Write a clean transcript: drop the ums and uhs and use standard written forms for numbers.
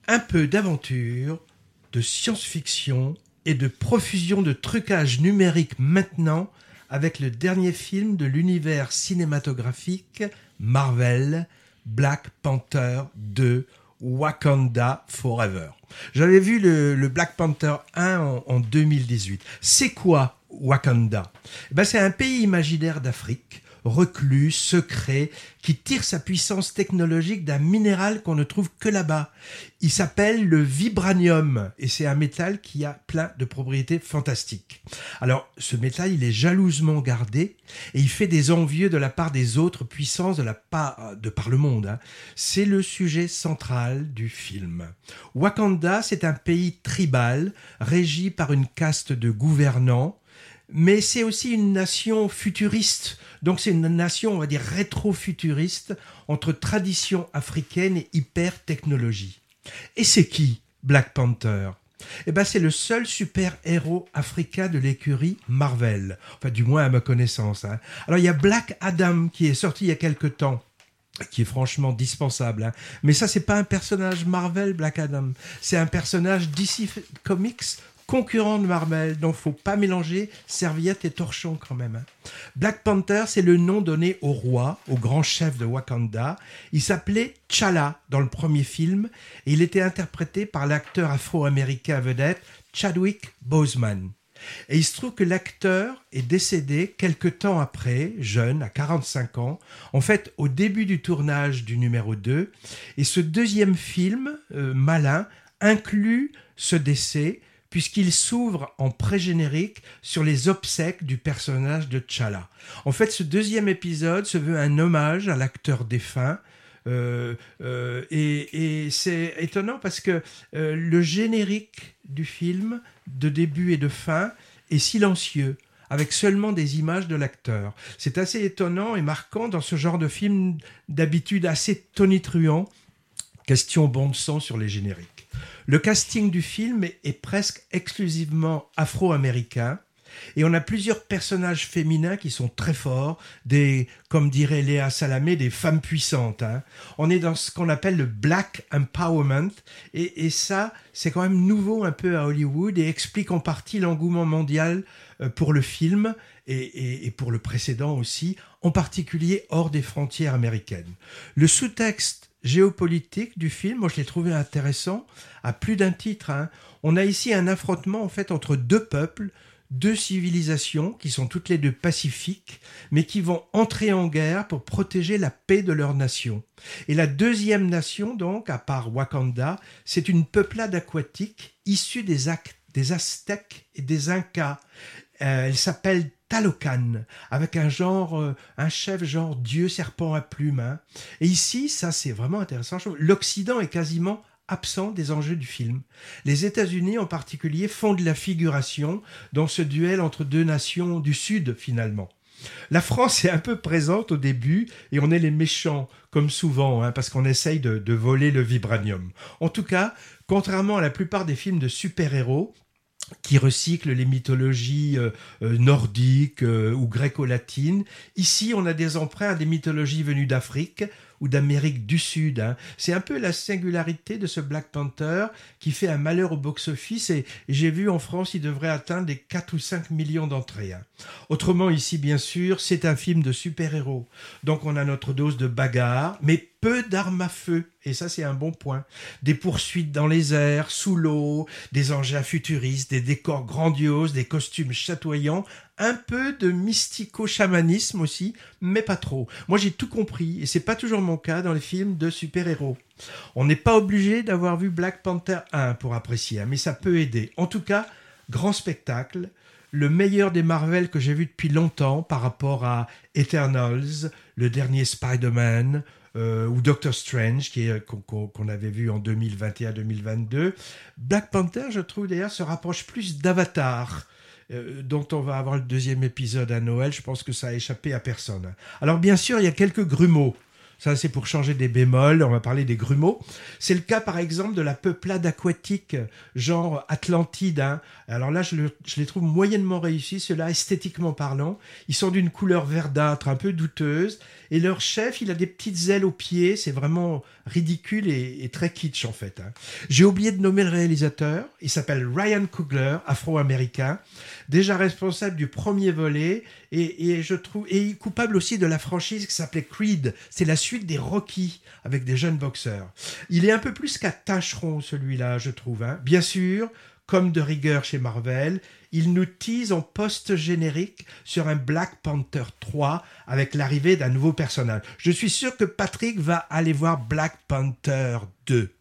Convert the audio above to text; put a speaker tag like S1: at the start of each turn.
S1: Un peu d'aventure, de science-fiction et de profusion de trucage numérique maintenant avec le dernier film de l'univers cinématographique Marvel, Black Panther 2, Wakanda Forever. J'avais vu le Black Panther 1 en 2018. C'est quoi Wakanda ? C'est un pays imaginaire d'Afrique, reclus, secret, qui tire sa puissance technologique d'un minéral qu'on ne trouve que là-bas. Il s'appelle le vibranium et c'est un métal qui a plein de propriétés fantastiques. Alors, ce métal, il est jalousement gardé et il fait des envieux de la part des autres puissances de par le monde. C'est le sujet central du film. Wakanda, c'est un pays tribal, régi par une caste de gouvernants, mais c'est aussi une nation futuriste. Donc c'est une nation, on va dire, rétro-futuriste entre tradition africaine et hyper-technologie. Et c'est qui Black Panther ? C'est le seul super-héros africain de l'écurie Marvel. Enfin, du moins à ma connaissance. Alors il y a Black Adam qui est sorti il y a quelque temps, qui est franchement dispensable. Mais ça, c'est pas un personnage Marvel, Black Adam. C'est un personnage DC Comics, concurrent de Marvel, donc faut pas mélanger serviette et torchon quand même. Black Panther, c'est le nom donné au roi, au grand chef de Wakanda. Il s'appelait T'Challa dans le premier film et il était interprété par l'acteur afro-américain vedette Chadwick Boseman. Et il se trouve que l'acteur est décédé quelque temps après, jeune, à 45 ans, en fait au début du tournage du numéro 2. Et ce deuxième film, malin, inclut ce décès puisqu'il s'ouvre en pré-générique sur les obsèques du personnage de T'Challa. En fait, ce deuxième épisode se veut un hommage à l'acteur défunt, et c'est étonnant parce que le générique du film, de début et de fin, est silencieux, avec seulement des images de l'acteur. C'est assez étonnant et marquant dans ce genre de film d'habitude assez tonitruant. Question bon sang sur les génériques. Le casting du film est presque exclusivement afro-américain et on a plusieurs personnages féminins qui sont très forts, comme dirait Léa Salamé, des femmes puissantes. On est dans ce qu'on appelle le Black Empowerment et ça, c'est quand même nouveau un peu à Hollywood et explique en partie l'engouement mondial pour le film et pour le précédent aussi, en particulier hors des frontières américaines. Le sous-texte géopolitique du film, moi je l'ai trouvé intéressant, à plus d'un titre. On a ici un affrontement en fait entre deux peuples, deux civilisations qui sont toutes les deux pacifiques, mais qui vont entrer en guerre pour protéger la paix de leur nation. Et la deuxième nation, donc, à part Wakanda, c'est une peuplade aquatique issue des Aztèques et des Incas. Elle s'appelle Talocan, avec un chef genre dieu serpent à plumes. Et ici, ça c'est vraiment intéressant, l'Occident est quasiment absent des enjeux du film. Les États-Unis en particulier font de la figuration dans ce duel entre deux nations du Sud finalement. La France est un peu présente au début et on est les méchants, comme souvent, parce qu'on essaye de voler le vibranium. En tout cas, contrairement à la plupart des films de super-héros, qui recycle les mythologies nordiques ou gréco-latines. Ici, on a des emprunts à des mythologies venues d'Afrique ou d'Amérique du Sud. C'est un peu la singularité de ce Black Panther qui fait un malheur au box-office et j'ai vu en France, il devrait atteindre les 4 ou 5 millions d'entrées. Autrement, ici, bien sûr, c'est un film de super-héros. Donc, on a notre dose de bagarre, mais peu d'armes à feu. Et ça, c'est un bon point. Des poursuites dans les airs, sous l'eau, des engins futuristes, des décors grandioses, des costumes chatoyants, un peu de mystico-chamanisme aussi, mais pas trop. Moi, j'ai tout compris, et c'est pas toujours mon cas dans les films de super-héros. On n'est pas obligé d'avoir vu Black Panther 1 pour apprécier, mais ça peut aider. En tout cas, grand spectacle, le meilleur des Marvel que j'ai vu depuis longtemps par rapport à Eternals, le dernier Spider-Man, ou Doctor Strange qu'on avait vu en 2021-2022. Black Panther, je trouve d'ailleurs, se rapproche plus d'Avatar, dont on va avoir le deuxième épisode à Noël. Je pense que ça a échappé à personne. Alors bien sûr, il y a quelques grumeaux Ça, c'est pour changer des bémols. On va parler des grumeaux. C'est le cas, par exemple, de la peuplade aquatique, genre Atlantide. Hein. Alors là, je les trouve moyennement réussis, ceux-là, esthétiquement parlant. Ils sont d'une couleur verdâtre, un peu douteuse. Et leur chef, il a des petites ailes aux pieds. C'est vraiment ridicule et très kitsch, en fait. Hein. J'ai oublié de nommer le réalisateur. Il s'appelle Ryan Coogler, afro-américain, déjà responsable du premier volet et je trouve et coupable aussi de la franchise qui s'appelait Creed. C'est la suite des Rocky avec des jeunes boxeurs. Il est un peu plus qu'à tâcheron celui-là, je trouve. Hein. Bien sûr, comme de rigueur chez Marvel, il nous tease en post-générique sur un Black Panther 3 avec l'arrivée d'un nouveau personnage. Je suis sûr que Patrick va aller voir Black Panther 2.